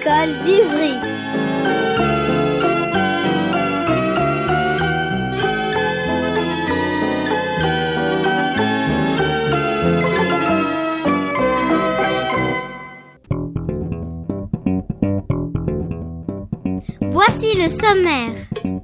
l'école d'Ivry. Voici le sommaire.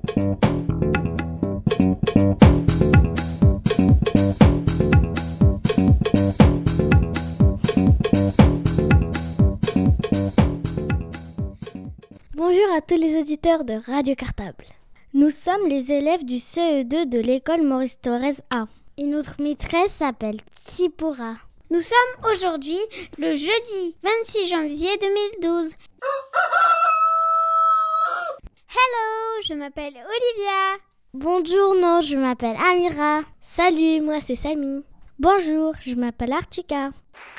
Bonjour à tous les auditeurs de Radio Cartable. Nous sommes les élèves du CE2 de l'école Maurice Thorez A. Et notre maîtresse s'appelle Tsipora. Nous sommes aujourd'hui le jeudi 26 janvier 2012. Hello, je m'appelle Olivia. Bonjour, non, je m'appelle Amira. Salut, moi c'est Samy. Bonjour, je m'appelle Artika.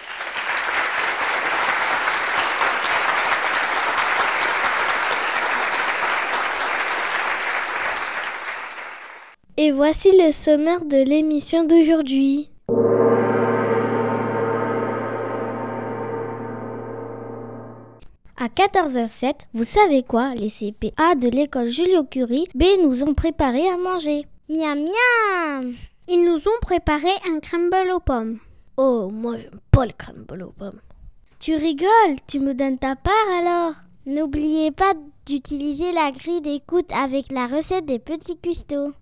Et voici le sommaire de l'émission d'aujourd'hui. À 14h07, vous savez quoi? Les CPA de l'école Joliot-Curie B nous ont préparé à manger. Miam miam! Ils nous ont préparé un crumble aux pommes. Oh, moi j'aime pas le crumble aux pommes. Tu rigoles? Tu me donnes ta part alors? N'oubliez pas d'utiliser la grille d'écoute avec la recette des petits cuistots.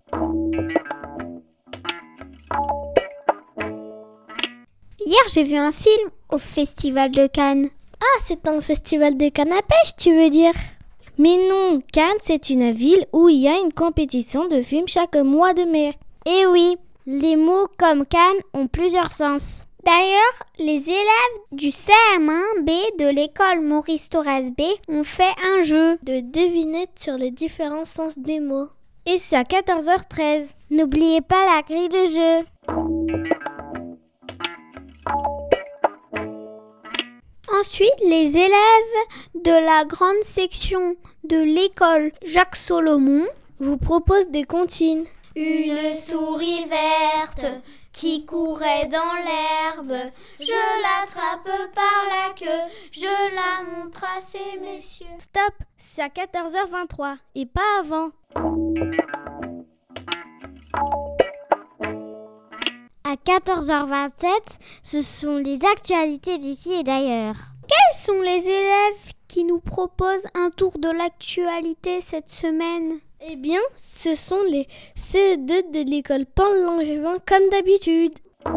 Hier, j'ai vu un film au Festival de Cannes. Ah, c'est un festival de canne à pêche, tu veux dire? Mais non, Cannes, c'est une ville où il y a une compétition de films chaque mois de mai. Eh oui, les mots comme Cannes ont plusieurs sens. D'ailleurs, les élèves du CM1B de l'école Maurice Thorez B ont fait un jeu de devinettes sur les différents sens des mots. Et c'est à 14h13. N'oubliez pas la grille de jeu. Ensuite, les élèves de la grande section de l'école Jacques Solomon vous proposent des comptines. Une souris verte qui courait dans l'herbe, je l'attrape par la queue, je la montre à ces messieurs. Stop, c'est à 14h23 et pas avant. À 14h27, ce sont les actualités d'ici et d'ailleurs. Quels sont les élèves qui nous proposent un tour de l'actualité cette semaine? Eh bien, ce sont les CE2 de l'école Paul-Langevin comme d'habitude.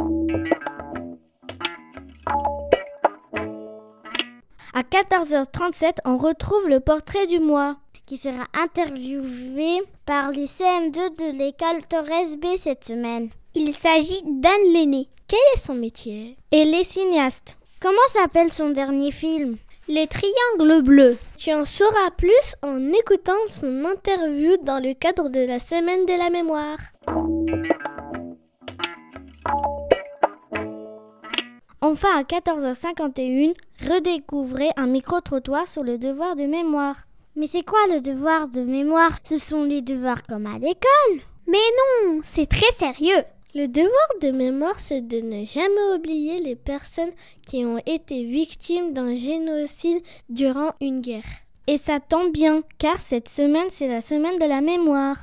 À 14h37, on retrouve le portrait du mois qui sera interviewé par les CM2 de l'école Thorez B cette semaine. Il s'agit d'Anne Lenné. Quel est son métier? Elle est cinéaste. Comment s'appelle son dernier film? Les triangles bleus. Tu en sauras plus en écoutant son interview dans le cadre de la semaine de la mémoire. Enfin, à 14h51, redécouvrez un micro-trottoir sur le devoir de mémoire. Mais c'est quoi le devoir de mémoire? Ce sont les devoirs comme à l'école? Mais non, c'est très sérieux. Le devoir de mémoire, c'est de ne jamais oublier les personnes qui ont été victimes d'un génocide durant une guerre. Et ça tombe bien, car cette semaine, c'est la semaine de la mémoire.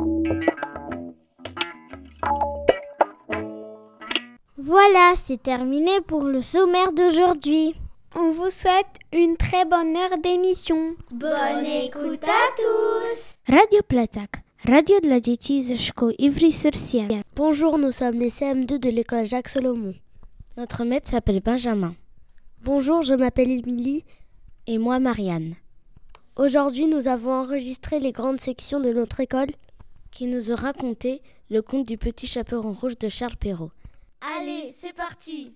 Voilà, c'est terminé pour le sommaire d'aujourd'hui. On vous souhaite une très bonne heure d'émission. Bonne écoute à tous. Radio Platak, radio dla dzieci ze szkoły Ivry-sur-Sienne. Bonjour, nous sommes les CM2 de l'école Jacques Solomon. Notre maître s'appelle Benjamin. Bonjour, je m'appelle Émilie. Et moi, Marianne. Aujourd'hui, nous avons enregistré les grandes sections de notre école qui nous ont raconté le conte du petit chaperon rouge de Charles Perrault. Allez, c'est parti.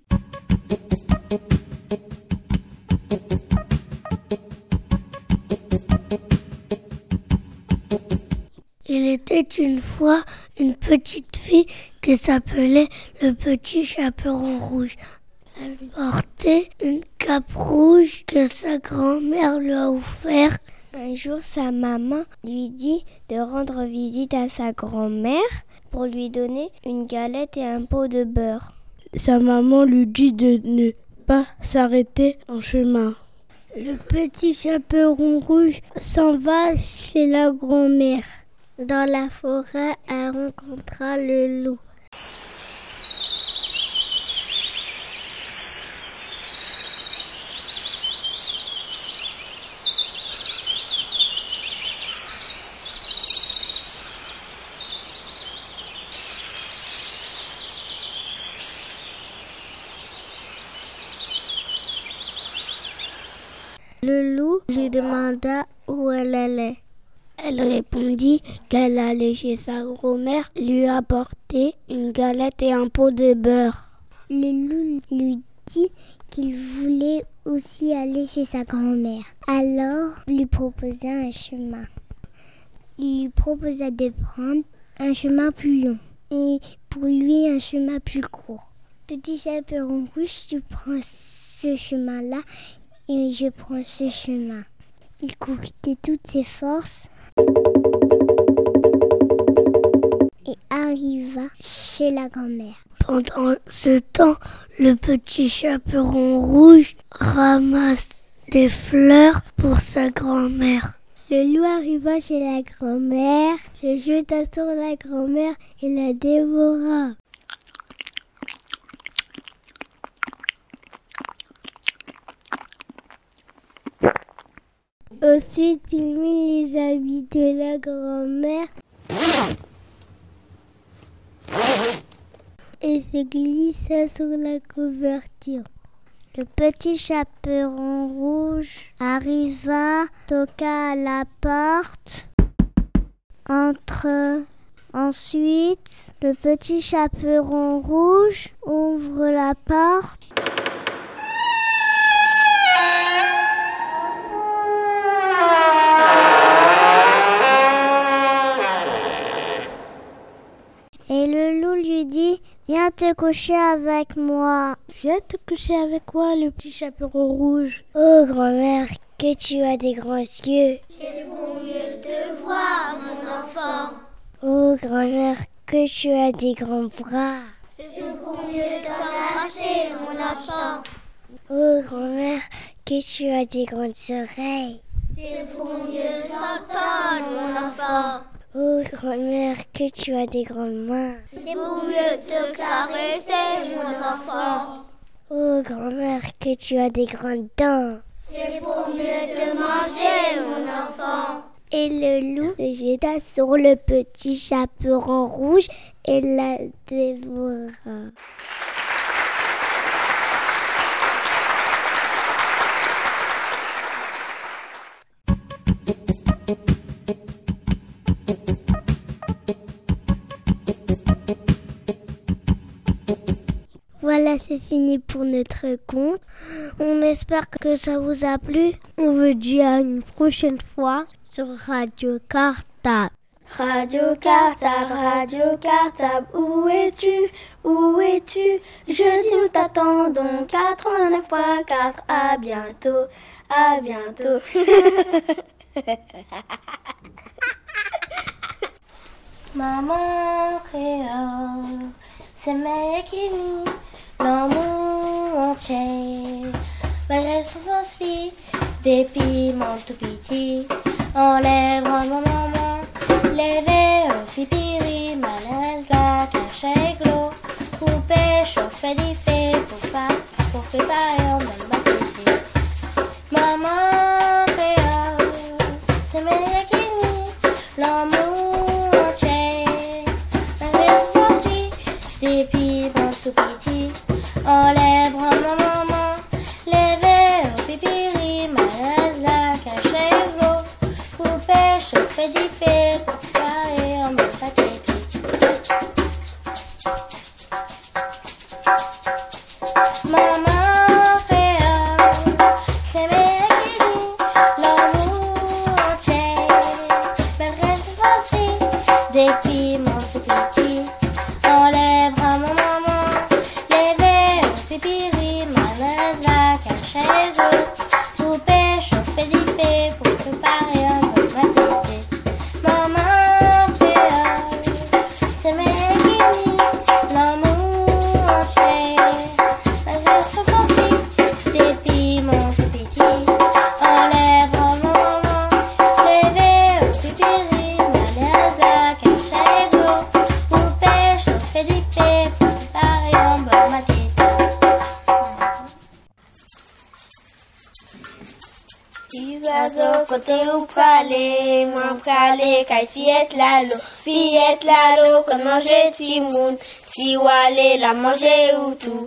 Il était une fois une petite fille qui s'appelait le petit chaperon rouge. Elle portait une cape rouge que sa grand-mère lui a offerte. Un jour, sa maman lui dit de rendre visite à sa grand-mère pour lui donner une galette et un pot de beurre. Sa maman lui dit de ne pas s'arrêter en chemin. Le petit chaperon rouge s'en va chez la grand-mère. Dans la forêt, elle rencontra le loup. Le loup lui demanda où elle allait. Elle répondit qu'elle allait chez sa grand-mère lui apporter une galette et un pot de beurre. Le loup lui dit qu'il voulait aussi aller chez sa grand-mère. Alors, il lui proposa un chemin. Il lui proposa de prendre un chemin plus long et pour lui un chemin plus court. Petit chaperon rouge, tu prends ce chemin-là et je prends ce chemin. Il courut de toutes ses forces et arriva chez la grand-mère. Pendant ce temps, le petit chaperon rouge ramasse des fleurs pour sa grand-mère. Le loup arriva chez la grand-mère, se jeta sur la grand-mère et la dévora. Ensuite, il mit les habits de la grand-mère et se glissa sur la couverture. Le petit chaperon rouge arriva, toqua à la porte, entre. Ensuite, le petit chaperon rouge ouvre la porte. Et le loup lui dit, viens te coucher avec moi. Viens te coucher avec moi, le petit chaperon rouge. Oh grand-mère, que tu as des grands yeux. C'est bon mieux te voir, mon enfant. Oh grand-mère, que tu as des grands bras. C'est pour mieux t'embrasser, mon enfant. Oh grand-mère, que tu as des grandes oreilles. C'est pour mieux t'entendre, mon enfant. Oh grand-mère, que tu as des grandes mains. C'est pour mieux te caresser, mon enfant. Oh grand-mère, que tu as des grandes dents. C'est pour mieux te manger, mon enfant. Et le loup se jeta sur le petit chaperon rouge et la dévora. Voilà, c'est fini pour notre conte. On espère que ça vous a plu. On vous dit à une prochaine fois sur Radio Cartable. Radio Cartable, où es-tu? Où es-tu? Jeudi nous t'attendons, 89.4, à bientôt, à bientôt. Maman créole, c'est meilleur qui nie l'amour entier. Malgré son aussi, des piments tout petits, enlève mon maman, levé au pipiri, malaise la cache glos, coupé, chauffé d'effet, pour préparer en même baptisé. Maman créole, c'est meilleur qui nie l'amour entier. Malgré son aussi, des piments tout petits, enlève mon maman, levé au pipiri, malaise la cache glos, coupé, chauffé d'effet, pour préparer en même baptisé. Maman créole, Petit oiseau, côté où pralé, moi pralé, kay fillette lalo, qu'on mange timoun, si wale la manger ou tout.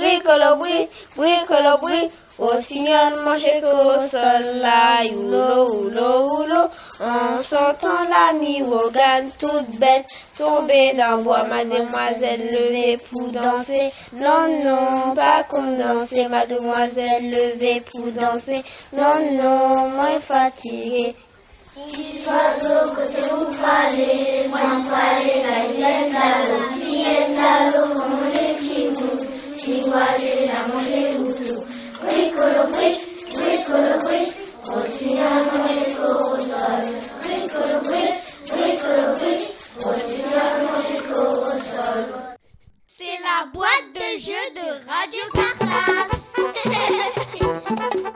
Bricolo, au signal manger qu'au sol là, oulo, en sentant la mirogan toute bête, tombée dans bois, mademoiselle levée pour danser. Non, pas comme danser, mademoiselle levée pour danser. Non, moi fatiguée. Petit oiseau, côté où parler, moi parler, la fillette lalo, manger timoun, si wale la manger ou tout. Bricolo, au signal manger qu'au sol. Bricolo, au signal manger qu'au sol. C'est la boîte de jeux de Radio Cartable.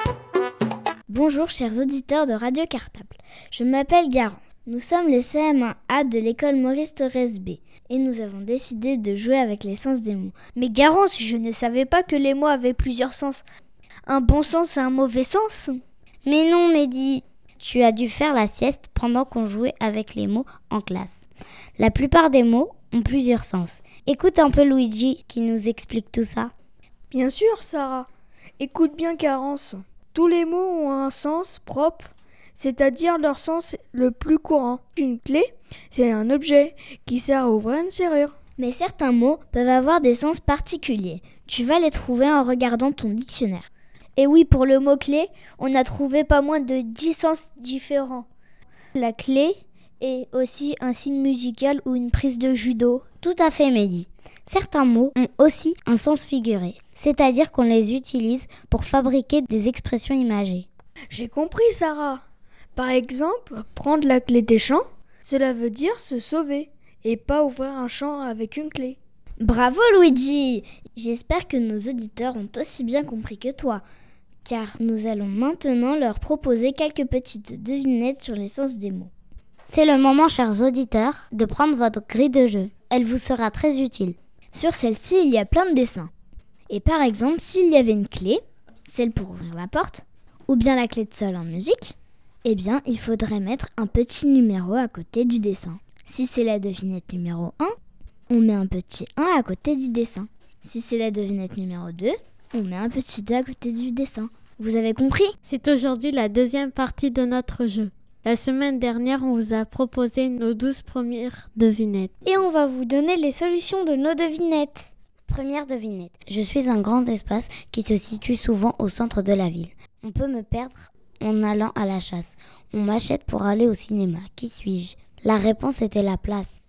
Bonjour chers auditeurs de Radio Cartable, je m'appelle Garance. Nous sommes les CM1A de l'école Maurice Thorez B et nous avons décidé de jouer avec les sens des mots. Mais Garance, je ne savais pas que les mots avaient plusieurs sens. Un bon sens et un mauvais sens. Mais non, Mehdi, tu as dû faire la sieste pendant qu'on jouait avec les mots en classe. La plupart des mots ont plusieurs sens. Écoute un peu Luigi qui nous explique tout ça. Bien sûr, Sarah. Écoute bien, Garance. Tous les mots ont un sens propre, c'est-à-dire leur sens le plus courant. Une clé, c'est un objet qui sert à ouvrir une serrure. Mais certains mots peuvent avoir des sens particuliers. Tu vas les trouver en regardant ton dictionnaire. Et oui, pour le mot-clé, on a trouvé pas moins de 10 sens différents. La clé est aussi un signe musical ou une prise de judo. Tout à fait, Mehdi. Certains mots ont aussi un sens figuré, c'est-à-dire qu'on les utilise pour fabriquer des expressions imagées. J'ai compris, Sarah. Par exemple, prendre la clé des champs, cela veut dire se sauver et pas ouvrir un champ avec une clé. Bravo Luigi! J'espère que nos auditeurs ont aussi bien compris que toi, car nous allons maintenant leur proposer quelques petites devinettes sur les sens des mots. C'est le moment, chers auditeurs, de prendre votre grille de jeu. Elle vous sera très utile. Sur celle-ci, il y a plein de dessins. Et par exemple, s'il y avait une clé, celle pour ouvrir la porte, ou bien la clé de sol en musique, eh bien, il faudrait mettre un petit numéro à côté du dessin. Si c'est la devinette numéro 1, on met un petit 1 à côté du dessin. Si c'est la devinette numéro 2, on met un petit 2 à côté du dessin. Vous avez compris ? C'est aujourd'hui la deuxième partie de notre jeu. La semaine dernière, on vous a proposé nos 12 premières devinettes. Et on va vous donner les solutions de nos devinettes. Première devinette. Je suis un grand espace qui se situe souvent au centre de la ville. On peut me perdre en allant à la chasse. On m'achète pour aller au cinéma. Qui suis-je ? La réponse était la place.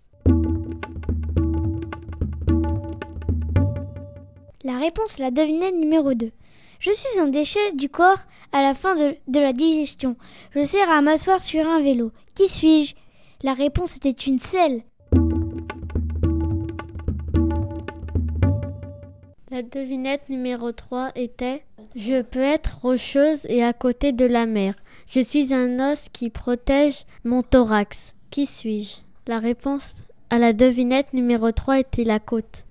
La réponse, la devinette numéro 2. Je suis un déchet du corps à la fin de la digestion. Je sers à m'asseoir sur un vélo. Qui suis-je ? La réponse était une selle. La devinette numéro 3 était « Je peux être rocheuse et à côté de la mer. Je suis un os qui protège mon thorax. Qui suis-je » La réponse à la devinette numéro 3 était la côte.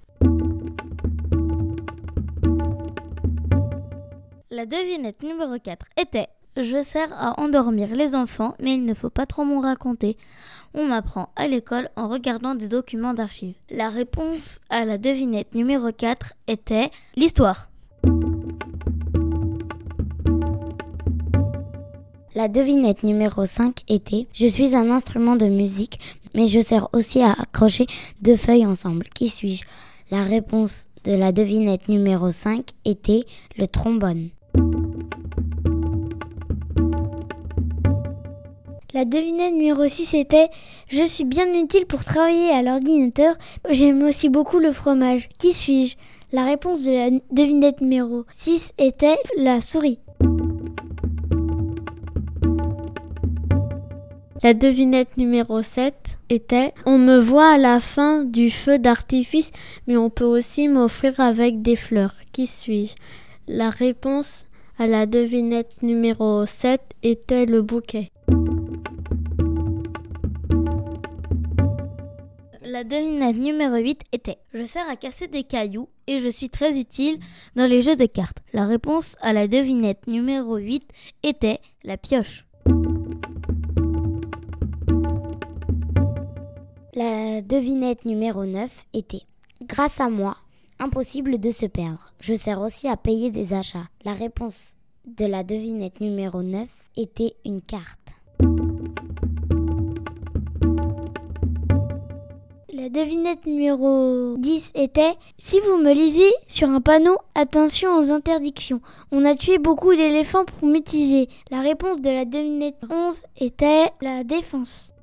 La devinette numéro 4 était « Je sers à endormir les enfants, mais il ne faut pas trop m'en raconter. On m'apprend à l'école en regardant des documents d'archives. » La réponse à la devinette numéro 4 était « L'histoire ». La devinette numéro 5 était « Je suis un instrument de musique, mais je sers aussi à accrocher deux feuilles ensemble. Qui suis-je » La réponse de la devinette numéro 5 était « Le trombone ». La devinette numéro 6 était « Je suis bien utile pour travailler à l'ordinateur. J'aime aussi beaucoup le fromage. Qui suis-je » La réponse de la devinette numéro 6 était « La souris ». La devinette numéro 7 était « On me voit à la fin du feu d'artifice, mais on peut aussi m'offrir avec des fleurs. Qui suis-je » La réponse à la devinette numéro 7 était le bouquet. La devinette numéro 8 était « Je sers à casser des cailloux et je suis très utile dans les jeux de cartes ». La réponse à la devinette numéro 8 était « La pioche ». La devinette numéro 9 était « Grâce à moi, impossible de se perdre. Je sers aussi à payer des achats ». La réponse de la devinette numéro 9 était une carte. La devinette numéro 10 était « Si vous me lisez sur un panneau, attention aux interdictions. On a tué beaucoup d'éléphants pour m'utiliser. » La réponse de la devinette 11 était la défense.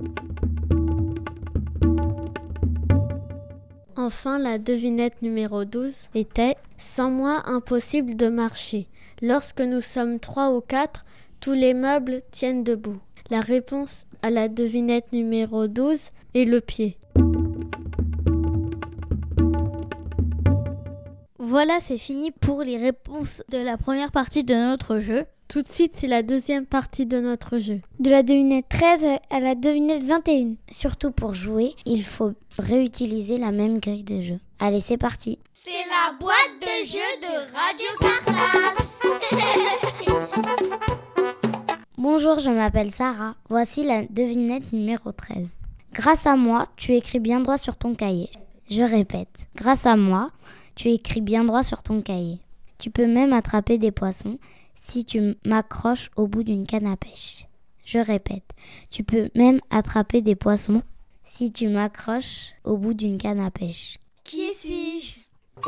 Enfin, la devinette numéro 12 était « Sans moi, impossible de marcher. Lorsque nous sommes 3 ou 4, tous les meubles tiennent debout. » La réponse à la devinette numéro 12 est le pied. Voilà, c'est fini pour les réponses de la première partie de notre jeu. Tout de suite, c'est la deuxième partie de notre jeu. De la devinette 13 à la devinette 21. Surtout pour jouer, il faut réutiliser la même grille de jeu. Allez, c'est parti. C'est la boîte de jeu de Radio Cartable. Bonjour, je m'appelle Sarah. Voici la devinette numéro 13. Grâce à moi, tu écris bien droit sur ton cahier. Je répète, grâce à moi, tu écris bien droit sur ton cahier. Tu peux même attraper des poissons si tu m'accroches au bout d'une canne à pêche. Je répète, tu peux même attraper des poissons si tu m'accroches au bout d'une canne à pêche. Qui suis-je?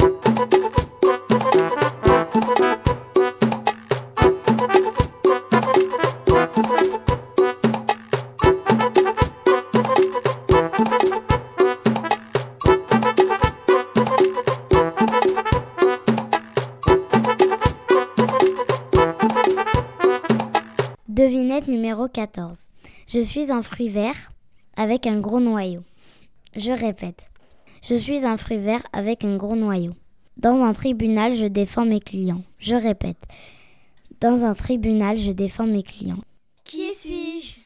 Devinette numéro 14. Je suis un fruit vert avec un gros noyau. Je répète. Je suis un fruit vert avec un gros noyau. Dans un tribunal, je défends mes clients. Je répète. Dans un tribunal, je défends mes clients. Qui suis-je?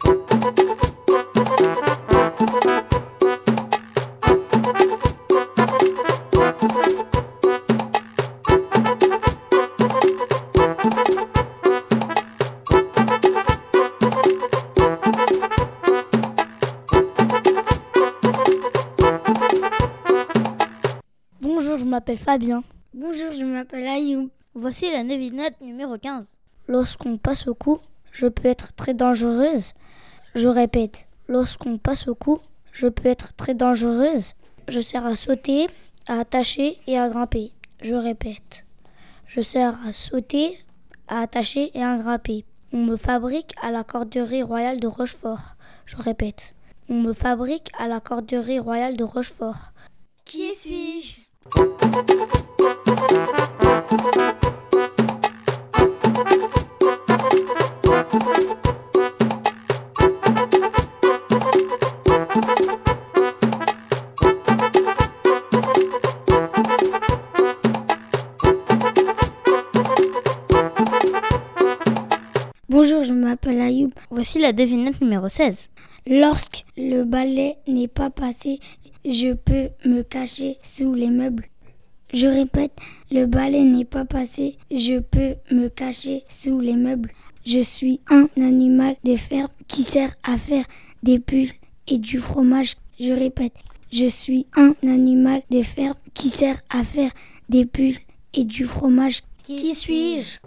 Bonjour, je m'appelle Fabien. Bonjour, je m'appelle Ayoub. Voici la devinette numéro 15. Lorsqu'on passe au cou, je peux être très dangereuse. Je répète, lorsqu'on passe au cou, je peux être très dangereuse. Je sers à sauter, à attacher et à grimper. Je répète, je sers à sauter, à attacher et à grimper. On me fabrique à la corderie royale de Rochefort. Je répète, on me fabrique à la corderie royale de Rochefort. Qui suis-je? Bonjour, je m'appelle Ayoub. Voici la devinette numéro 16. Lorsque le balai n'est pas passé, je peux me cacher sous les meubles. Je répète, le balai n'est pas passé, je peux me cacher sous les meubles. Je suis un animal de ferme qui sert à faire des pulls et du fromage. Je répète, je suis un animal de ferme qui sert à faire des pulls et du fromage. Qui suis-je?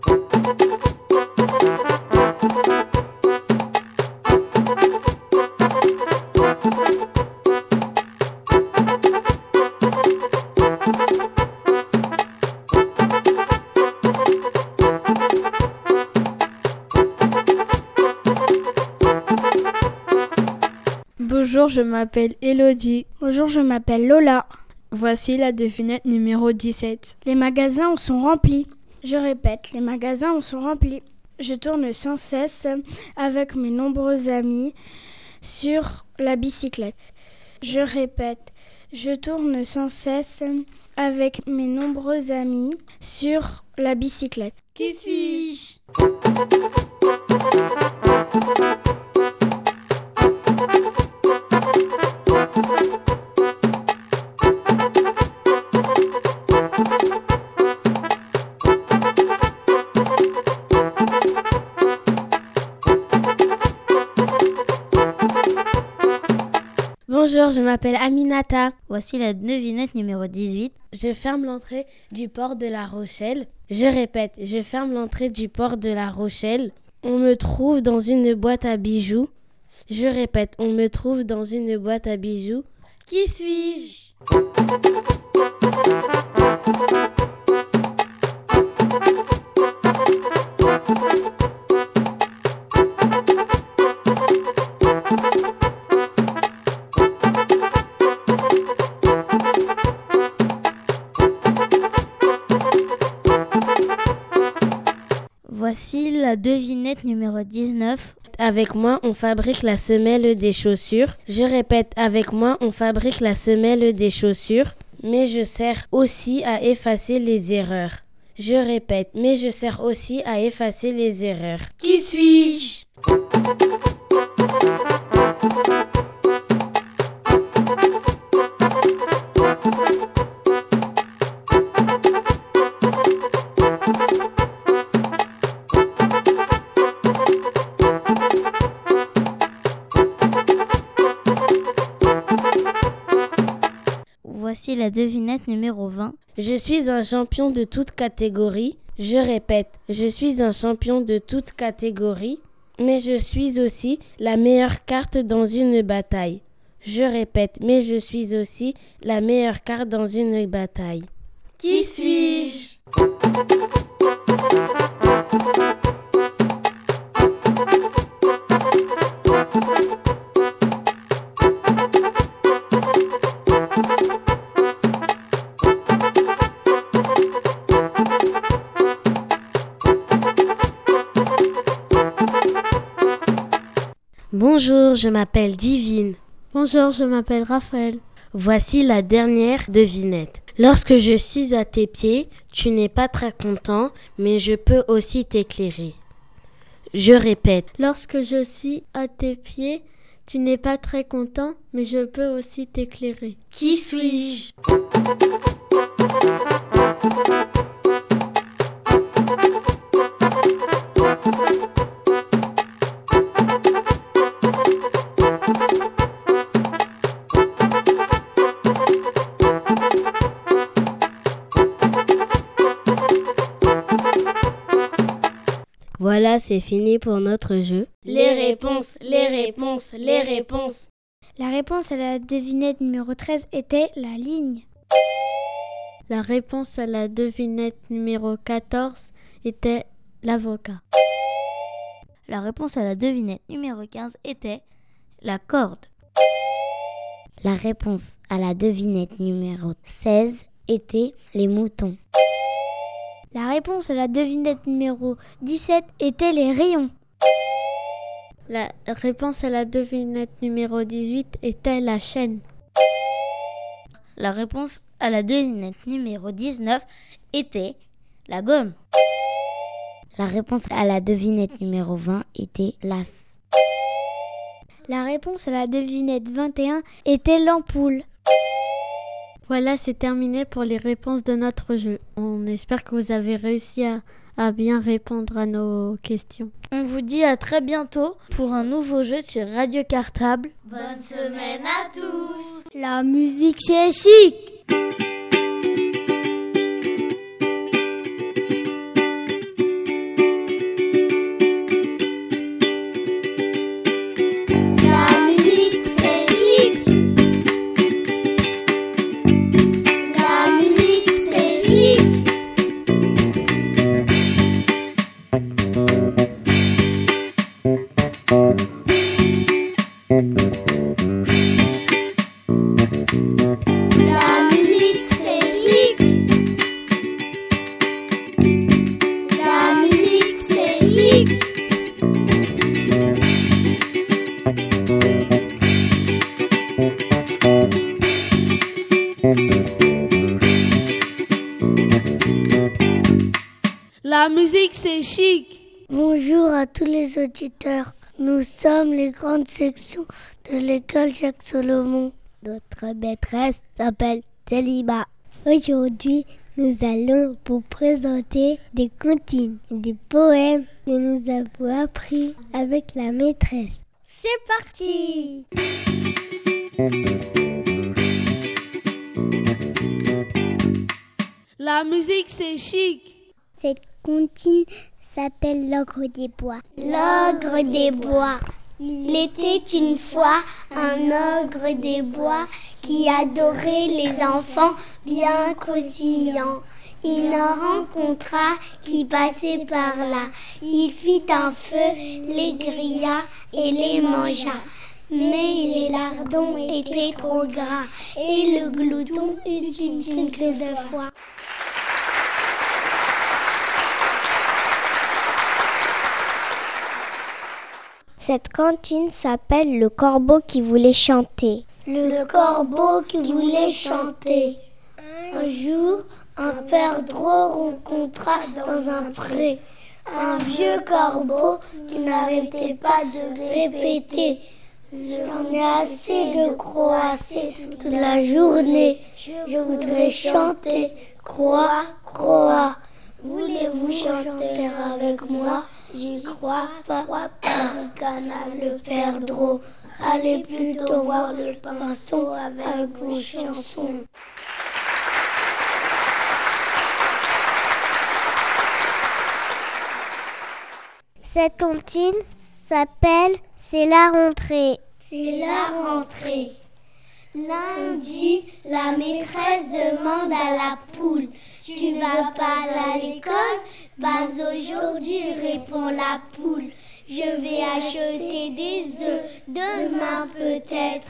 Bonjour, je m'appelle Elodie. Bonjour, je m'appelle Lola. Voici la devinette numéro 17. Les magasins en sont remplis. Je répète, les magasins en sont remplis. Je tourne sans cesse avec mes nombreux amis sur la bicyclette. Je répète, je tourne sans cesse avec mes nombreux amis sur la bicyclette. Qui suis-je? Bonjour, je m'appelle Aminata. Voici la devinette numéro 18. Je ferme l'entrée du port de La Rochelle. Je répète, je ferme l'entrée du port de La Rochelle. On me trouve dans une boîte à bijoux. Je répète, on me trouve dans une boîte à bijoux. Qui suis-je ? Voici la devinette numéro 19. Avec moi, on fabrique la semelle des chaussures. Je répète, avec moi, on fabrique la semelle des chaussures. Mais je sers aussi à effacer les erreurs. Je répète, mais je sers aussi à effacer les erreurs. Qui suis-je ? Voici la devinette numéro 20. Je suis un champion de toute catégorie. Je répète, je suis un champion de toute catégorie, mais je suis aussi la meilleure carte dans une bataille. Je répète, mais je suis aussi la meilleure carte dans une bataille. Qui suis-je ? Bonjour, je m'appelle Divine. Bonjour, je m'appelle Raphaël. Voici la dernière devinette. Lorsque je suis à tes pieds, tu n'es pas très content, mais je peux aussi t'éclairer. Je répète. Lorsque je suis à tes pieds, tu n'es pas très content, mais je peux aussi t'éclairer. Qui suis-je ? Voilà, c'est fini pour notre jeu. Les réponses, les réponses, les réponses. La réponse à la devinette numéro 13 était la ligne. La réponse à la devinette numéro 14 était l'avocat. La réponse à la devinette numéro 15 était la corde. La réponse à la devinette numéro 16 était les moutons. La réponse à la devinette numéro 17 était les rayons. La réponse à la devinette numéro 18 était la chaîne. La réponse à la devinette numéro 19 était la gomme. La réponse à la devinette numéro 20 était l'as. La réponse à la devinette 21 était l'ampoule. Voilà, c'est terminé pour les réponses de notre jeu. On espère que vous avez réussi à bien répondre à nos questions. On vous dit à très bientôt pour un nouveau jeu sur Radio Cartable. Bonne semaine à tous. La musique, c'est chic. La musique, c'est chic. Bonjour à tous les auditeurs. Nous sommes les grandes sections de l'école Jacques Solomon. Notre maîtresse s'appelle Céliba. Aujourd'hui, nous allons vous présenter des comptines, des poèmes que nous avons appris avec la maîtresse. C'est parti! La musique, c'est chic. Cette comptine s'appelle l'ogre des bois. L'ogre des bois. Il était une fois un ogre des bois qui adorait les enfants bien croustillants. Il en rencontra qui passaient par là. Il fit un feu, les grilla et les mangea. Mais les lardons étaient trop gras et le glouton eut une queue de foie. Cette cantine s'appelle le corbeau qui voulait chanter. Le corbeau qui voulait chanter. Un jour, un perdreau rencontra dans un pré un vieux corbeau qui n'arrêtait pas de répéter: j'en ai assez de croasser toute la journée. Je voudrais chanter, croa, croa. Voulez-vous chanter avec moi? J'y crois pas, ricana le perdreau. Allez plutôt voir le pinson avec vos chansons. Cette cantine s'appelle C'est la rentrée. C'est la rentrée. Lundi, la maîtresse demande à la poule: tu vas pas à l'école? Pas aujourd'hui, répond la poule. Je vais acheter des œufs, demain peut-être.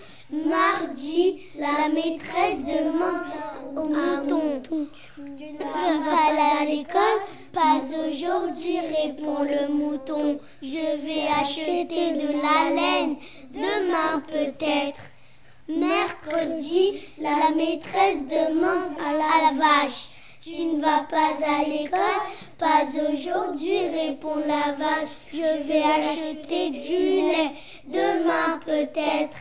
Mardi, la maîtresse demande au mouton: tu ne vas pas à l'école? Pas aujourd'hui, répond le mouton. Je vais acheter de la laine, demain peut-être. Mercredi, la maîtresse demande à la vache: tu ne vas pas à l'école? Pas aujourd'hui, répond la vache. Je vais acheter du lait, demain peut-être.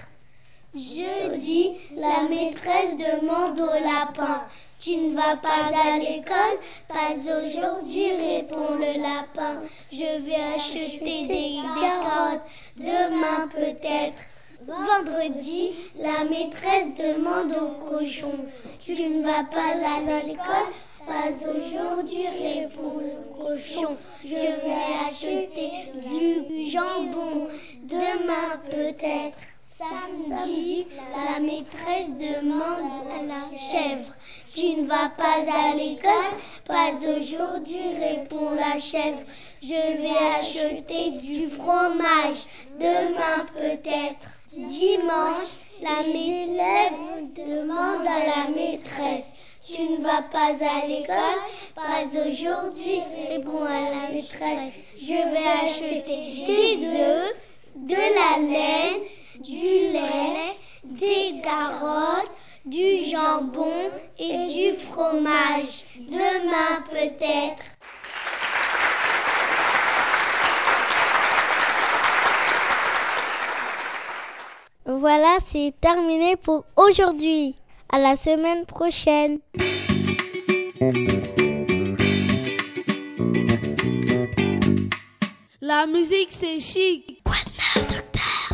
Jeudi, la maîtresse demande au lapin: tu ne vas pas à l'école? Pas aujourd'hui, répond le lapin. Je vais acheter des carottes, demain peut-être. Vendredi, la maîtresse demande au cochon: tu ne vas pas à l'école? Pas aujourd'hui, répond le cochon. Je vais acheter du jambon, demain peut-être. Samedi, la maîtresse demande à la chèvre: tu ne vas pas à l'école? Pas aujourd'hui, répond la chèvre. Je vais acheter du fromage, demain peut-être. Dimanche, la maîtresse demande à la maîtresse: tu ne vas pas à l'école? Pas aujourd'hui, répond à la maîtresse. Je vais acheter des œufs, de la laine, du lait, des carottes, du jambon et du fromage. Demain peut-être. Voilà, c'est terminé pour aujourd'hui. À la semaine prochaine. La musique, c'est chic. Quoi de neuf, docteur?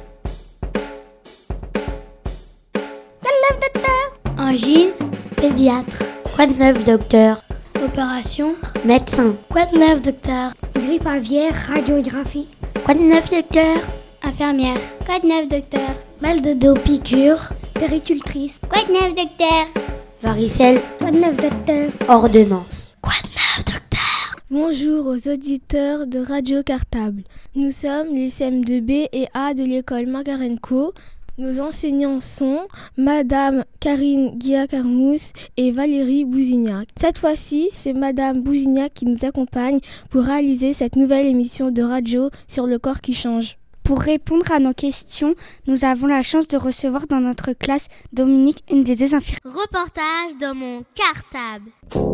Angine, pédiatre. Quoi de neuf, docteur? Opération, Médecin. quoi de neuf, docteur? Grippe aviaire, radiographie. Quoi de neuf, docteur? Infirmière. Quoi de neuf, docteur? Mal de dos, piqûre. Péricultrice. Quoi de neuf, docteur? Varicelle. Quoi de neuf, docteur? Ordonnance. Quoi de neuf, docteur? Bonjour aux auditeurs de Radio Cartable. Nous sommes les CM2B et A de l'école Margarenco. Nos enseignants sont Madame Karine Guilla-Carmousse et Valérie Bousignac. Cette fois-ci, c'est Madame Bousignac qui nous accompagne pour réaliser cette nouvelle émission de radio sur le corps qui change. Pour répondre à nos questions, nous avons la chance de recevoir dans notre classe Dominique, une des deux infirmières. Reportage dans mon cartable.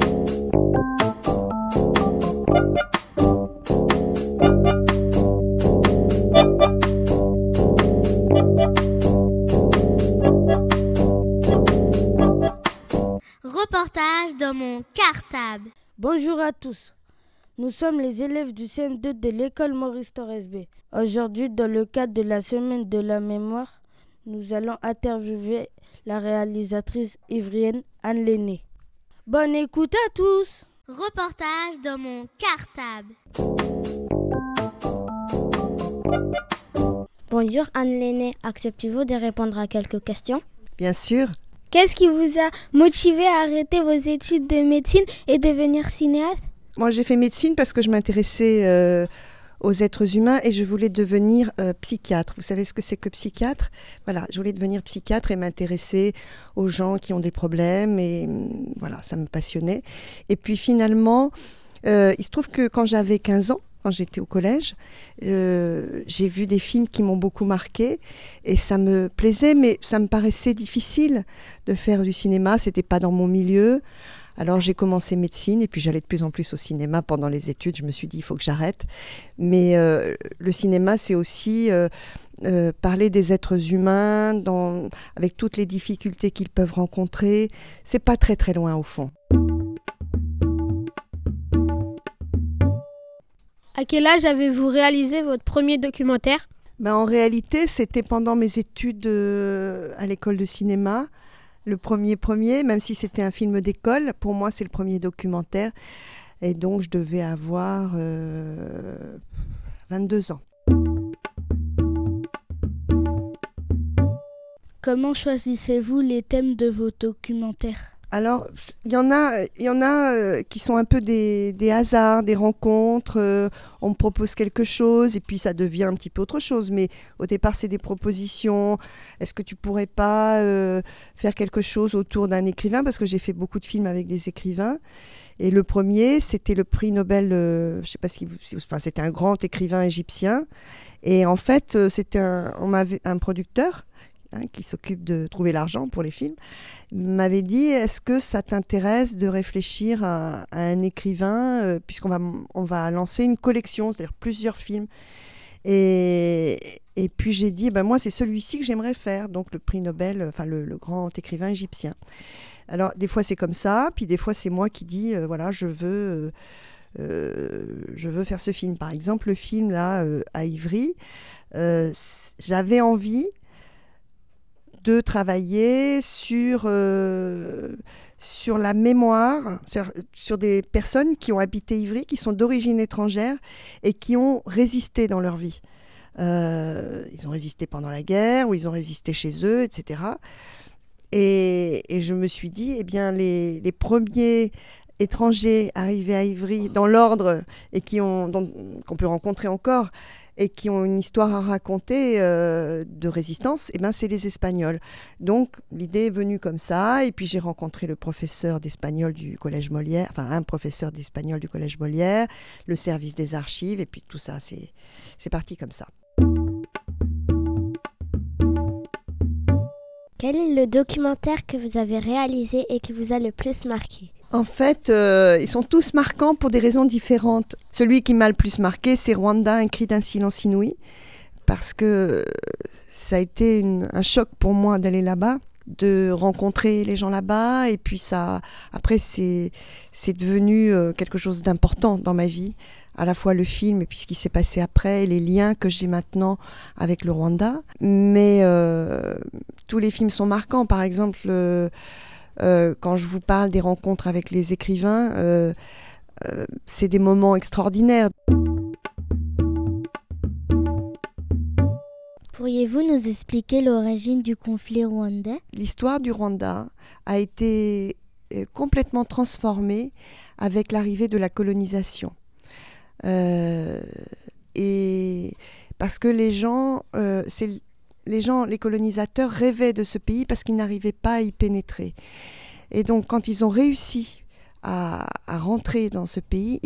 Reportage dans mon cartable. Bonjour à tous. Nous sommes les élèves du CM2 de l'école Maurice Thorez B. Aujourd'hui, dans le cadre de la semaine de la mémoire, nous allons interviewer la réalisatrice ivrienne Anne Lenné. Bonne écoute à tous. Reportage dans mon cartable. Bonjour Anne Lenné, acceptez-vous de répondre à quelques questions? Bien sûr. Qu'est-ce qui vous a motivé à arrêter vos études de médecine et devenir cinéaste? Moi, j'ai fait médecine parce que je m'intéressais aux êtres humains et je voulais devenir psychiatre. Vous savez ce que c'est que psychiatre? Voilà, je voulais devenir psychiatre et m'intéresser aux gens qui ont des problèmes et voilà, ça me passionnait. Et puis finalement, il se trouve que quand j'avais 15 ans, quand j'étais au collège, j'ai vu des films qui m'ont beaucoup marqué et ça me plaisait, mais ça me paraissait difficile de faire du cinéma, c'était pas dans mon milieu. Alors j'ai commencé médecine et puis j'allais de plus en plus au cinéma pendant les études. Je me suis dit, il faut que j'arrête. Mais le cinéma, c'est aussi parler des êtres humains avec toutes les difficultés qu'ils peuvent rencontrer. C'est pas très très loin au fond. À quel âge avez-vous réalisé votre premier documentaire? En réalité, c'était pendant mes études à l'école de cinéma. Le premier, même si c'était un film d'école, pour moi c'est le premier documentaire. Et donc je devais avoir 22 ans. Comment choisissez-vous les thèmes de vos documentaires? Alors, il y en a qui sont un peu des hasards, des rencontres. On me propose quelque chose et puis ça devient un petit peu autre chose. Mais au départ, c'est des propositions. Est-ce que tu pourrais pas faire quelque chose autour d'un écrivain? Parce que j'ai fait beaucoup de films avec des écrivains. Et le premier, c'était le prix Nobel, je sais pas c'était un grand écrivain égyptien. Et en fait, on m'avait un producteur qui s'occupe de trouver l'argent pour les films, m'avait dit, est-ce que ça t'intéresse de réfléchir à un écrivain, puisqu'on va lancer une collection, c'est-à-dire plusieurs films. Et puis j'ai dit, moi c'est celui-ci que j'aimerais faire, donc le prix Nobel, le grand écrivain égyptien. Alors des fois c'est comme ça, puis des fois c'est moi qui dis, voilà, je veux faire ce film. Par exemple, le film là, à Ivry, j'avais envie de travailler sur la mémoire, sur des personnes qui ont habité Ivry, qui sont d'origine étrangère et qui ont résisté dans leur vie. Ils ont résisté pendant la guerre, ou ils ont résisté chez eux, etc. Et je me suis dit, les premiers étrangers arrivés à Ivry dans l'ordre et qu'on peut rencontrer encore, et qui ont une histoire à raconter de résistance, c'est les Espagnols. Donc l'idée est venue comme ça, et puis j'ai rencontré le professeur d'espagnol du Collège Molière, un professeur d'espagnol du Collège Molière, le service des archives, et puis tout ça, c'est parti comme ça. Quel est le documentaire que vous avez réalisé et qui vous a le plus marqué? En fait, ils sont tous marquants pour des raisons différentes. Celui qui m'a le plus marqué, c'est Rwanda, un cri d'un silence inouï, parce que ça a été un choc pour moi d'aller là-bas, de rencontrer les gens là-bas, et puis après c'est devenu quelque chose d'important dans ma vie, à la fois le film et puis ce qui s'est passé après, et les liens que j'ai maintenant avec le Rwanda. Mais tous les films sont marquants. Par exemple, quand je vous parle des rencontres avec les écrivains, c'est des moments extraordinaires. Pourriez-vous nous expliquer l'origine du conflit rwandais? L'histoire du Rwanda a été complètement transformée avec l'arrivée de la colonisation. Et parce que les colonisateurs rêvaient de ce pays parce qu'ils n'arrivaient pas à y pénétrer. Et donc, quand ils ont réussi à rentrer dans ce pays,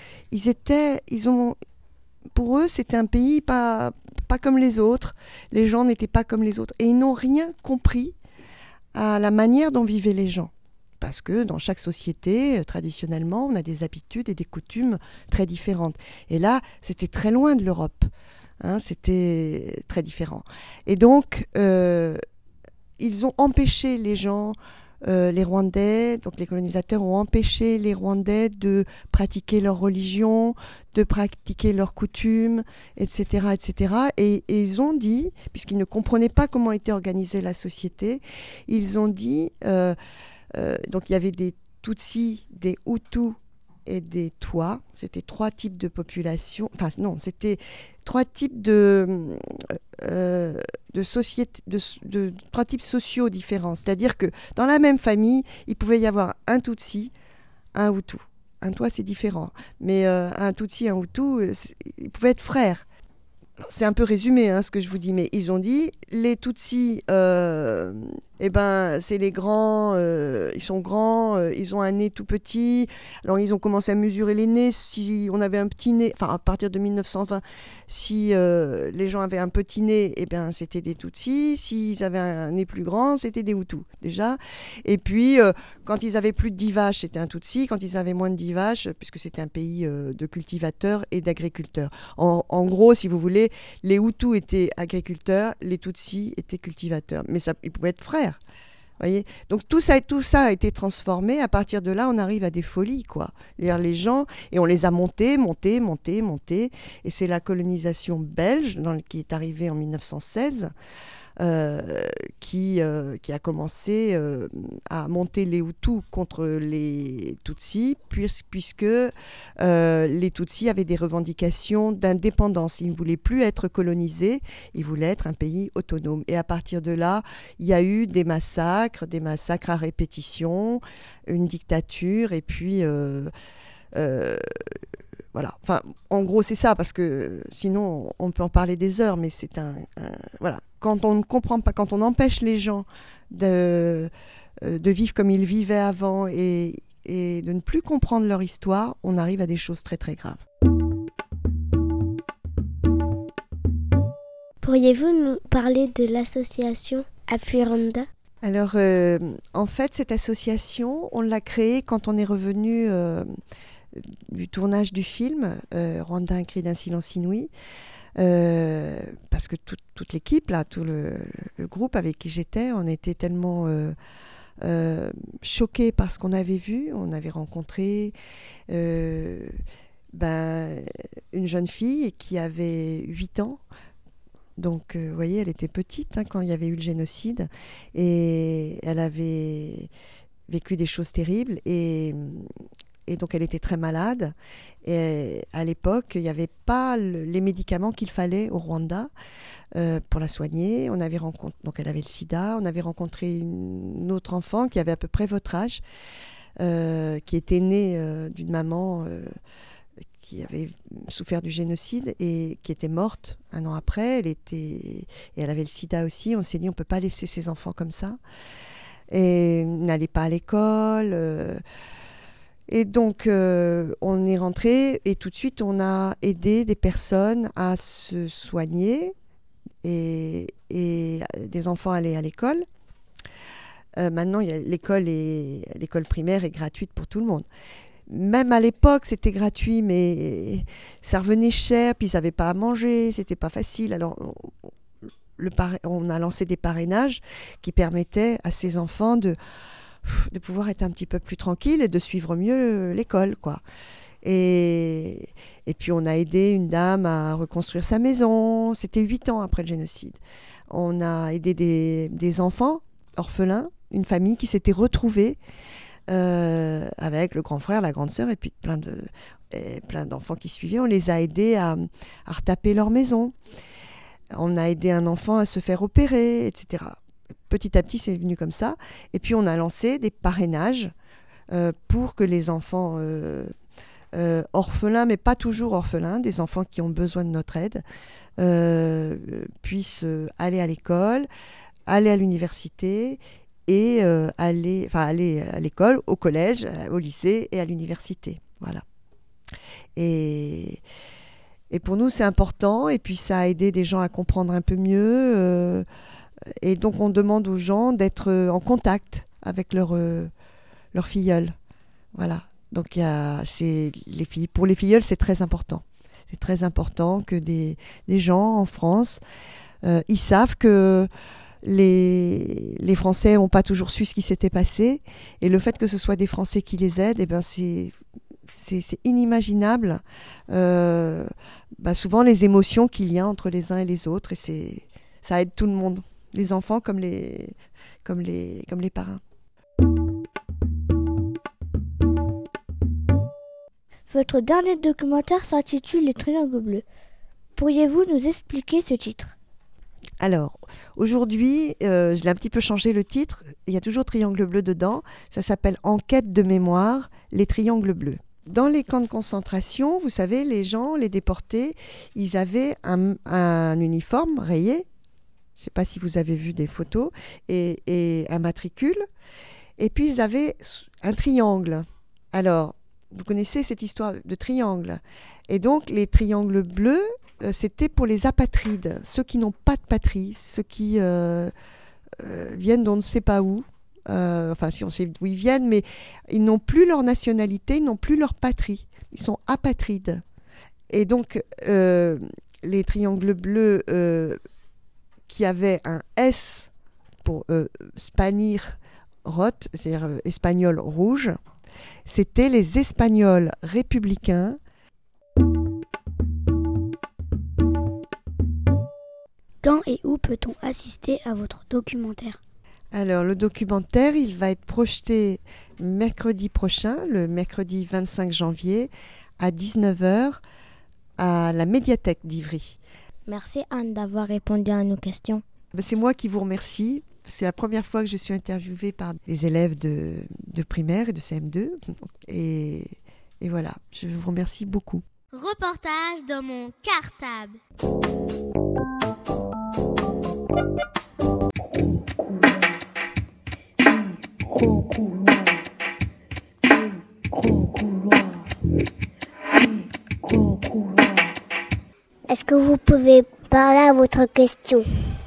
pour eux, c'était un pays pas comme les autres. Les gens n'étaient pas comme les autres. Et ils n'ont rien compris à la manière dont vivaient les gens. Parce que dans chaque société, traditionnellement, on a des habitudes et des coutumes très différentes. Et là, c'était très loin de l'Europe. C'était très différent. Et donc, ils ont empêché les gens les Rwandais, donc les colonisateurs ont empêché les Rwandais de pratiquer leur religion, de pratiquer leurs coutumes, etc., etc. Et ils ont dit, puisqu'ils ne comprenaient pas comment était organisée la société, ils ont dit, donc il y avait des Tutsis, des Hutus et des Twa. C'était 3 types de population. Enfin non, c'était 3 types de sociétés, de 3 types sociaux différents. C'est-à-dire que dans la même famille, il pouvait y avoir un Tutsi, un Hutu. Un Twa, c'est différent. Mais un Tutsi, un Hutu, ils pouvaient être frères. C'est un peu résumé ce que je vous dis, mais ils ont dit les Tutsis, c'est les grands, ils sont grands, ils ont un nez tout petit. Alors ils ont commencé à mesurer les nez. Si on avait un petit nez, enfin à partir de 1920, si les gens avaient un petit nez, c'était des Tutsis. S'ils avaient un nez plus grand, c'était des Hutus déjà. Et puis quand ils avaient plus de 10 vaches, c'était un Tutsi. Quand ils avaient moins de 10 vaches, puisque c'était un pays de cultivateurs et d'agriculteurs. En gros, si vous voulez, les Hutus étaient agriculteurs, les Tutsis étaient cultivateurs. Mais ça, ils pouvaient être frères. Voyez, donc tout ça a été transformé. À partir de là, on arrive à des folies, quoi. Les gens, et on les a montés. Et c'est la colonisation belge qui est arrivée en 1916. Qui a commencé à monter les Hutus contre les Tutsis, puisque les Tutsis avaient des revendications d'indépendance. Ils ne voulaient plus être colonisés, ils voulaient être un pays autonome. Et à partir de là, il y a eu des massacres à répétition, une dictature, et puis... voilà. Enfin, en gros, c'est ça, parce que sinon, on peut en parler des heures, mais c'est voilà. Quand on ne comprend pas, quand on empêche les gens de vivre comme ils vivaient avant et de ne plus comprendre leur histoire, on arrive à des choses très, très graves. Pourriez-vous nous parler de l'association Appui Rwanda ? Alors, en fait, cette association, on l'a créée quand on est revenu... du tournage du film Rwanda, un cri d'un silence inouï, parce que toute l'équipe, là, tout le groupe avec qui j'étais, on était tellement choqués par ce qu'on avait vu. On avait rencontré une jeune fille qui avait 8 ans. Donc, vous voyez, elle était petite quand il y avait eu le génocide, et elle avait vécu des choses terribles, et donc elle était très malade. Et à l'époque, il n'y avait pas les médicaments qu'il fallait au Rwanda pour la soigner. Donc elle avait le sida. On avait rencontré une autre enfant qui avait à peu près votre âge, qui était née d'une maman qui avait souffert du génocide et qui était morte 1 an après. Et elle avait le sida aussi. On s'est dit, on ne peut pas laisser ces enfants comme ça. Et n'allait pas à l'école. Et donc, on est rentré et tout de suite, on a aidé des personnes à se soigner et des enfants à aller à l'école. Maintenant, l'école primaire est gratuite pour tout le monde. Même à l'époque, c'était gratuit, mais ça revenait cher, puis ils n'avaient pas à manger, c'était pas facile. Alors, on a lancé des parrainages qui permettaient à ces enfants de pouvoir être un petit peu plus tranquille et de suivre mieux l'école, quoi. Et puis on a aidé une dame à reconstruire sa maison. C'était 8 ans après le génocide. On a aidé des enfants orphelins, une famille qui s'était retrouvée avec le grand frère, la grande sœur, et puis plein d'enfants qui suivaient. On les a aidés à retaper leur maison. On a aidé un enfant à se faire opérer, etc. Petit à petit, c'est venu comme ça. Et puis, on a lancé des parrainages pour que les enfants orphelins, mais pas toujours orphelins, des enfants qui ont besoin de notre aide, puissent aller à l'école, aller à l'université et aller à l'école, au collège, au lycée et à l'université. Voilà. Et pour nous, c'est important. Et puis, ça a aidé des gens à comprendre un peu mieux. Et donc, on demande aux gens d'être en contact avec leur filleule. Voilà. Donc, pour les filleuls, c'est très important. C'est très important que des gens en France, ils savent que les Français n'ont pas toujours su ce qui s'était passé. Et le fait que ce soit des Français qui les aident, c'est inimaginable. Souvent, les émotions qu'il y a entre les uns et les autres. Et ça aide tout le monde, les enfants comme les parrains. Votre dernier documentaire s'intitule Les Triangles Bleus. Pourriez-vous nous expliquer ce titre ? Alors, aujourd'hui, je l'ai un petit peu changé le titre. Il y a toujours Triangle bleu dedans. Ça s'appelle Enquête de mémoire, les Triangles bleus. Dans les camps de concentration, vous savez, les gens, les déportés, ils avaient un uniforme rayé. Je ne sais pas si vous avez vu des photos. Et un matricule. Et puis, ils avaient un triangle. Alors, vous connaissez cette histoire de triangle. Et donc, les triangles bleus, c'était pour les apatrides, ceux qui n'ont pas de patrie, ceux qui viennent d'on ne sait pas où. Si on sait d'où ils viennent, mais ils n'ont plus leur nationalité, ils n'ont plus leur patrie. Ils sont apatrides. Et donc, les triangles bleus qui avaient un S pour Spanir Rot, c'est-à-dire espagnol rouge, c'était les Espagnols républicains. Quand et où peut-on assister à votre documentaire ? Alors, le documentaire, il va être projeté mercredi prochain, le mercredi 25 janvier, à 19h, à la médiathèque d'Ivry. Merci Anne d'avoir répondu à nos questions. C'est moi qui vous remercie. C'est la première fois que je suis interviewée par des élèves de primaire et de CM2. Et voilà, je vous remercie beaucoup. Reportage dans mon cartable. Est-ce que vous pouvez parler à votre question ?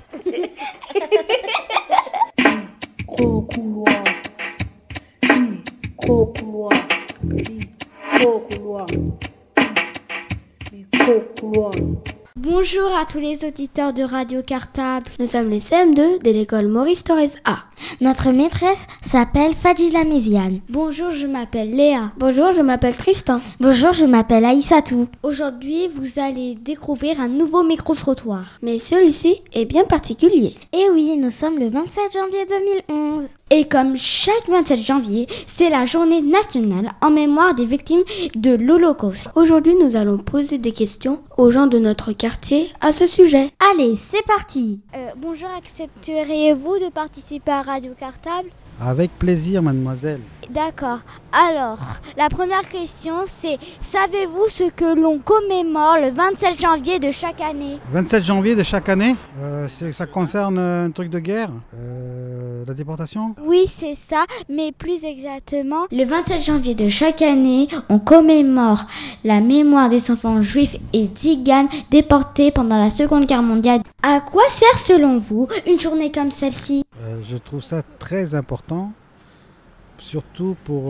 Bonjour à tous les auditeurs de Radio Cartable. Nous sommes les CM2 de l'école Maurice Thorez A. Notre maîtresse s'appelle Fadila Méziane. Bonjour, je m'appelle Léa. Bonjour, je m'appelle Tristan. Bonjour, je m'appelle Aïssatou. Aujourd'hui, vous allez découvrir un nouveau micro-trottoir. Mais celui-ci est bien particulier. Et oui, nous sommes le 27 janvier 2011. Et comme chaque 27 janvier, c'est la journée nationale en mémoire des victimes de l'Holocauste. Aujourd'hui, nous allons poser des questions aux gens de notre quartier à ce sujet. Allez, c'est parti. Bonjour, accepteriez-vous de participer à Radio Cartable ? Avec plaisir, mademoiselle. D'accord. Alors, la première question, c'est savez-vous ce que l'on commémore le 27 janvier de chaque année ? 27 janvier de chaque année ça concerne un truc de guerre la déportation ? Oui, c'est ça, mais plus exactement, le 27 janvier de chaque année, on commémore la mémoire des enfants juifs et tziganes déportés pendant la Seconde Guerre mondiale. À quoi sert selon vous une journée comme celle-ci ? Je trouve ça très important, surtout pour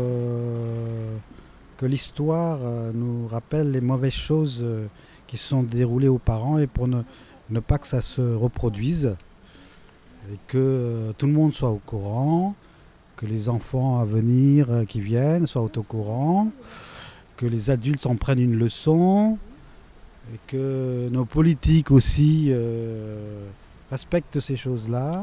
que l'histoire nous rappelle les mauvaises choses qui se sont déroulées aux parents et pour ne pas que ça se reproduise et que tout le monde soit au courant, que les enfants à venir qui viennent soient au courant, que les adultes en prennent une leçon et que nos politiques aussi respectent ces choses-là.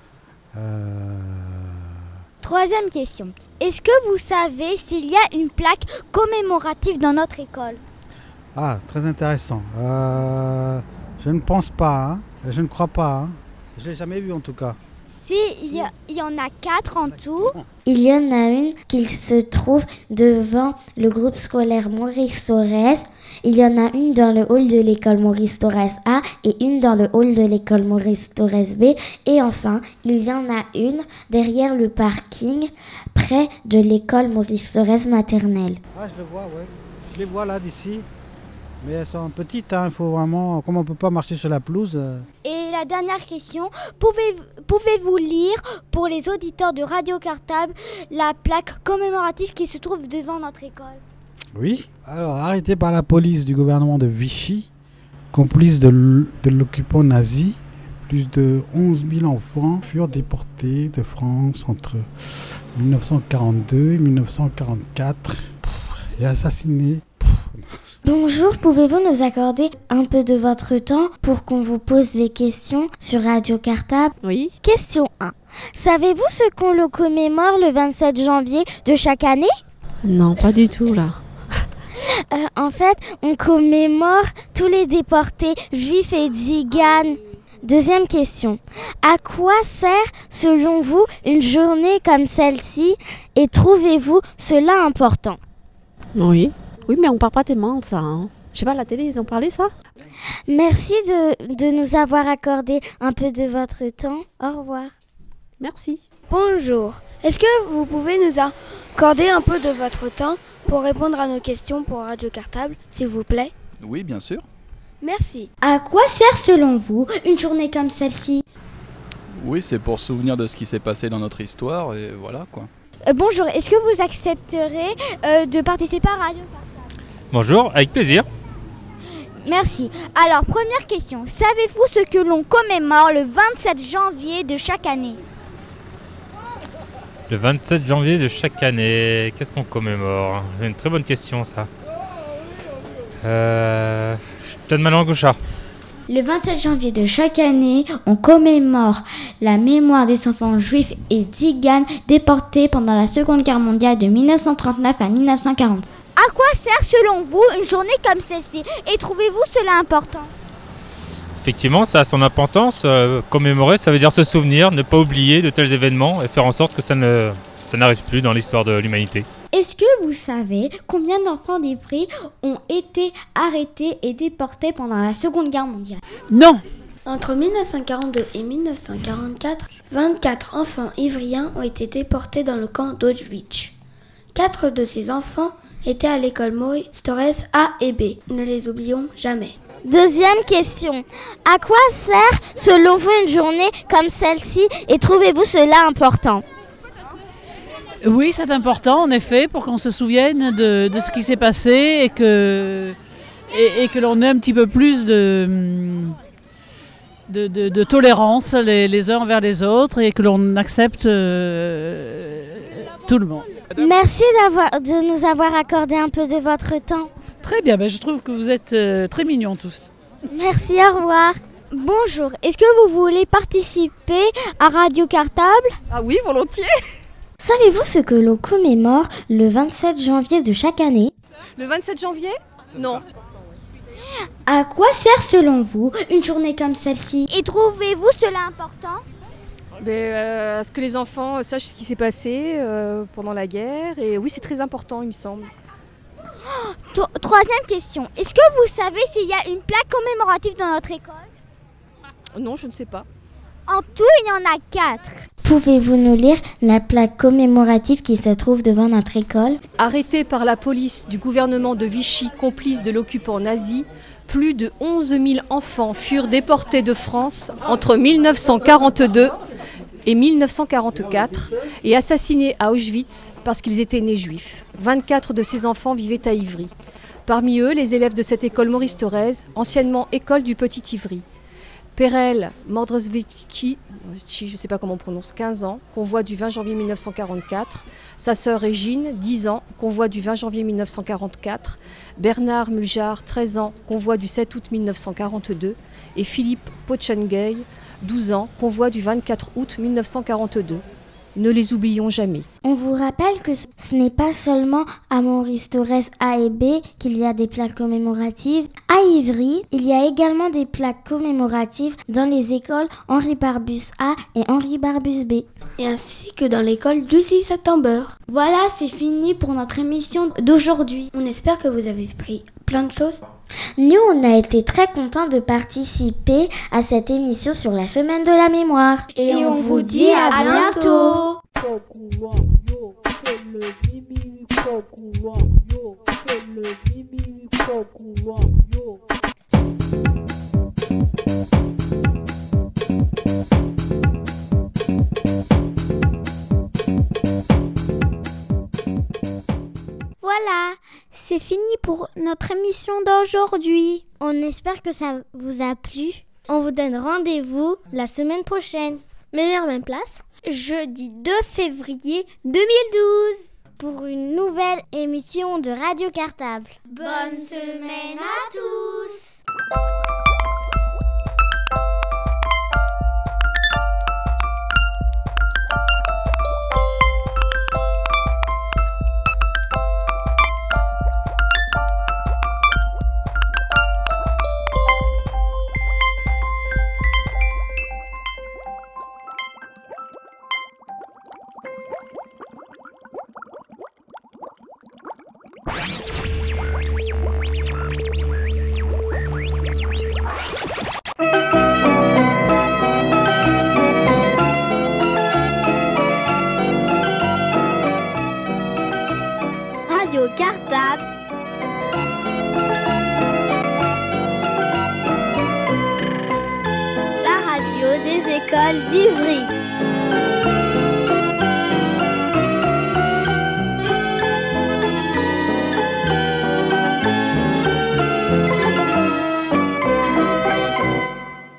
Troisième question. Est-ce que vous savez s'il y a une plaque commémorative dans notre école ? Ah, très intéressant. Je ne pense pas, je ne crois pas. Je ne l'ai jamais vu en tout cas. Si, il y en a 4 en tout. Il y en a une qui se trouve devant le groupe scolaire Maurice Thorez. Il y en a une dans le hall de l'école Maurice Thorez A et une dans le hall de l'école Maurice Thorez B. Et enfin, il y en a une derrière le parking près de l'école Maurice Thorez maternelle. Ah, je le vois, ouais. Je les vois là d'ici. Mais elles sont petites, il faut vraiment... Comme on ne peut pas marcher sur la pelouse... Et la dernière question, pouvez-vous lire pour les auditeurs de Radio Cartable la plaque commémorative qui se trouve devant notre école ? Oui. Alors, arrêté par la police du gouvernement de Vichy, complice de l'occupant nazi, plus de 11 000 enfants furent déportés de France entre 1942 et 1944 et assassinés. Bonjour, pouvez-vous nous accorder un peu de votre temps pour qu'on vous pose des questions sur Radio Cartable? Oui. Question 1. Savez-vous ce qu'on le commémore le 27 janvier de chaque année? Non, pas du tout là. En fait, on commémore tous les déportés juifs et tziganes. Deuxième question. À quoi sert, selon vous, une journée comme celle-ci et trouvez-vous cela important? Oui, mais on parle pas tellement de ça. Hein. Je sais pas, à la télé, ils ont parlé ça? Merci de nous avoir accordé un peu de votre temps. Au revoir. Merci. Bonjour. Est-ce que vous pouvez nous accorder un peu de votre temps pour répondre à nos questions pour Radio Cartable, s'il vous plaît? Oui, bien sûr. Merci. À quoi sert selon vous une journée comme celle-ci? Oui, c'est pour se souvenir de ce qui s'est passé dans notre histoire et voilà quoi. Bonjour, est-ce que vous accepterez de participer à Radio Cartable? Bonjour, avec plaisir. Merci. Alors, première question. Savez-vous ce que l'on commémore le 27 janvier de chaque année? Le 27 janvier de chaque année, qu'est-ce qu'on commémore? C'est une très bonne question ça. Je donne ma langue au chat. Le 27 janvier de chaque année, on commémore la mémoire des enfants juifs et tziganes déportés pendant la Seconde Guerre mondiale de 1939 à 1940. À quoi sert selon vous une journée comme celle-ci et trouvez-vous cela important? Effectivement, ça a son importance. Commémorer, ça veut dire se souvenir, ne pas oublier de tels événements et faire en sorte que ça n'arrive plus dans l'histoire de l'humanité. Est-ce que vous savez combien d'enfants d'Ivry ont été arrêtés et déportés pendant la Seconde Guerre mondiale? Non. Entre 1942 et 1944, 24 enfants ivriens ont été déportés dans le camp d'Auschwitz. 4 de ces enfants étaient à l'école Maurice Thorez A et B. Ne les oublions jamais. Deuxième question. À quoi sert selon vous une journée comme celle-ci et trouvez-vous cela important? Oui, c'est important en effet pour qu'on se souvienne de ce qui s'est passé et que l'on ait un petit peu plus de tolérance les uns envers les autres et que l'on accepte tout le monde. Merci de nous avoir accordé un peu de votre temps. Très bien, je trouve que vous êtes très mignons tous. Merci, au revoir. Bonjour, est-ce que vous voulez participer à Radio Cartable? Ah oui, volontiers. Savez-vous ce que l'on commémore le 27 janvier de chaque année? Le 27 janvier? Non. À quoi sert selon vous une journée comme celle-ci? Et trouvez-vous cela important? À ce que les enfants sachent ce qui s'est passé pendant la guerre. Et oui, c'est très important, il me semble. Troisième question. Est-ce que vous savez s'il y a une plaque commémorative dans notre école? Non, je ne sais pas. En tout, il y en a 4. Pouvez-vous nous lire la plaque commémorative qui se trouve devant notre école? Arrêtés par la police du gouvernement de Vichy, complice de l'occupant nazi, plus de 11 000 enfants furent déportés de France entre 1942 et 1944 et assassinés à Auschwitz parce qu'ils étaient nés juifs. 24 de ces enfants vivaient à Ivry. Parmi eux, les élèves de cette école Maurice Thorez, anciennement école du Petit Ivry. Perel Mordrozvicki, je ne sais pas comment on prononce, 15 ans, convoi du 20 janvier 1944. Sa sœur Régine, 10 ans, convoi du 20 janvier 1944. Bernard Muljar, 13 ans, convoi du 7 août 1942. Et Philippe Pochengueil, 12 ans, convoi du 24 août 1942. Ne les oublions jamais. On vous rappelle que ce n'est pas seulement à Maurice Thorez A et B qu'il y a des plaques commémoratives. À Ivry, il y a également des plaques commémoratives dans les écoles Henri Barbus A et Henri Barbus B. Et ainsi que dans l'école du 6 septembre. Voilà, c'est fini pour notre émission d'aujourd'hui. On espère que vous avez pris plein de choses. Nous, on a été très contents de participer à cette émission sur la semaine de la mémoire. Et on vous dit à bientôt. Voilà, c'est fini pour notre émission d'aujourd'hui. On espère que ça vous a plu. On vous donne rendez-vous la semaine prochaine. Même heure, même place. Jeudi 2 février 2012. Pour une nouvelle émission de Radio Cartable. Bonne semaine à tous. Radio Cartable. La radio des écoles d'Ivry.